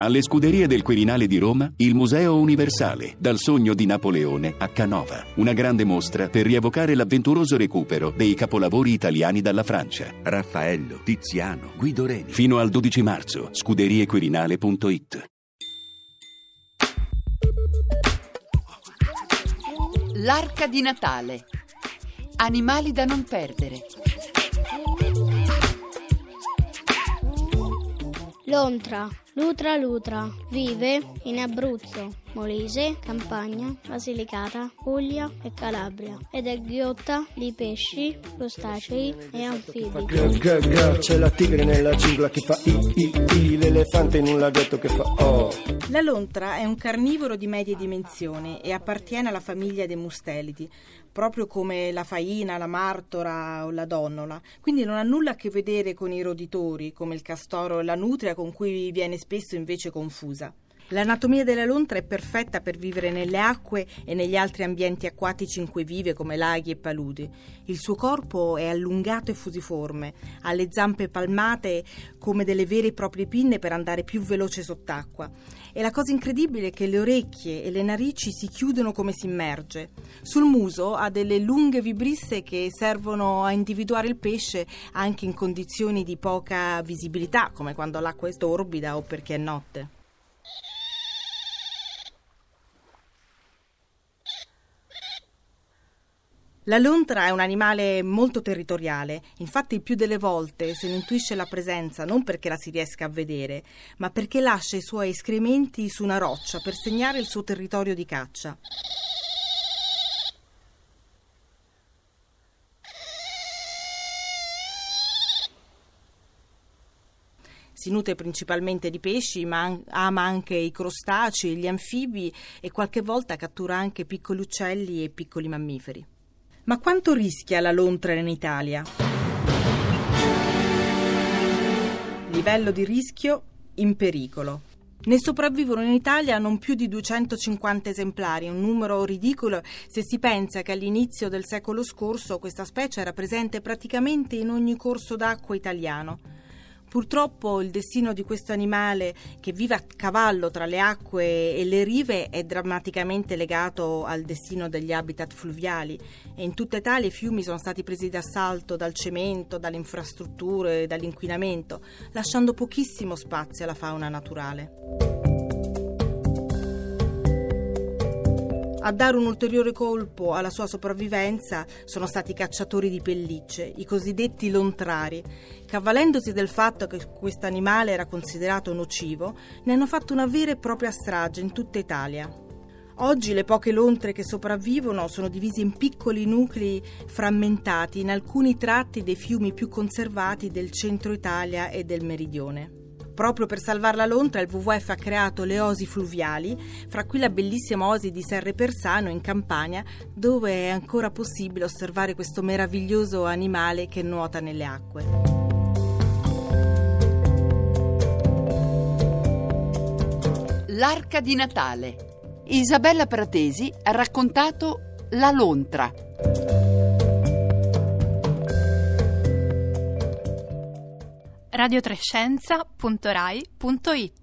Alle Scuderie del Quirinale di Roma, il Museo Universale, dal sogno di Napoleone a Canova. Una grande mostra per rievocare l'avventuroso recupero dei capolavori italiani dalla Francia. Raffaello, Tiziano, Guido Reni. Fino al 12 marzo, scuderiequirinale.it. L'arca di Natale. Animali da non perdere. Lontra, lutra, vive in Abruzzo, Molise, Campania, Basilicata, Puglia e Calabria ed è ghiotta di pesci, crostacei e anfibi. C'è la tigre nella giungla che fa i, l'elefante in un laghetto che fa oh. La lontra è un carnivoro di medie dimensioni e appartiene alla famiglia dei mustelidi, proprio come la faina, la martora o la donnola, quindi non ha nulla a che vedere con i roditori come il castoro e la nutria, con cui viene spesso invece confusa. L'anatomia della lontra è perfetta per vivere nelle acque e negli altri ambienti acquatici in cui vive, come laghi e paludi. Il suo corpo è allungato e fusiforme, ha le zampe palmate come delle vere e proprie pinne per andare più veloce sott'acqua. E la cosa incredibile è che le orecchie e le narici si chiudono come si immerge. Sul muso ha delle lunghe vibrisse che servono a individuare il pesce anche in condizioni di poca visibilità, come quando l'acqua è torbida o perché è notte. La lontra è un animale molto territoriale, infatti il più delle volte se ne intuisce la presenza non perché la si riesca a vedere, ma perché lascia i suoi escrementi su una roccia per segnare il suo territorio di caccia. Si nutre principalmente di pesci, ma ama anche i crostacei, gli anfibi e qualche volta cattura anche piccoli uccelli e piccoli mammiferi. Ma quanto rischia la lontra in Italia? Livello di rischio in pericolo. Ne sopravvivono in Italia non più di 250 esemplari, un numero ridicolo se si pensa che all'inizio del secolo scorso questa specie era presente praticamente in ogni corso d'acqua italiano. Purtroppo il destino di questo animale, che vive a cavallo tra le acque e le rive, è drammaticamente legato al destino degli habitat fluviali e in tutta Italia i fiumi sono stati presi d'assalto dal cemento, dalle infrastrutture, dall'inquinamento, lasciando pochissimo spazio alla fauna naturale. A dare un ulteriore colpo alla sua sopravvivenza sono stati i cacciatori di pellicce, i cosiddetti lontrari, che avvalendosi del fatto che questo animale era considerato nocivo, ne hanno fatto una vera e propria strage in tutta Italia. Oggi le poche lontre che sopravvivono sono divise in piccoli nuclei frammentati in alcuni tratti dei fiumi più conservati del centro Italia e del meridione. Proprio per salvare la lontra il WWF ha creato le osi fluviali, fra cui la bellissima osi di Serre Persano in Campania, dove è ancora possibile osservare questo meraviglioso animale che nuota nelle acque. L'arca di Natale. Isabella Pratesi ha raccontato La lontra. radiotrescienza.rai.it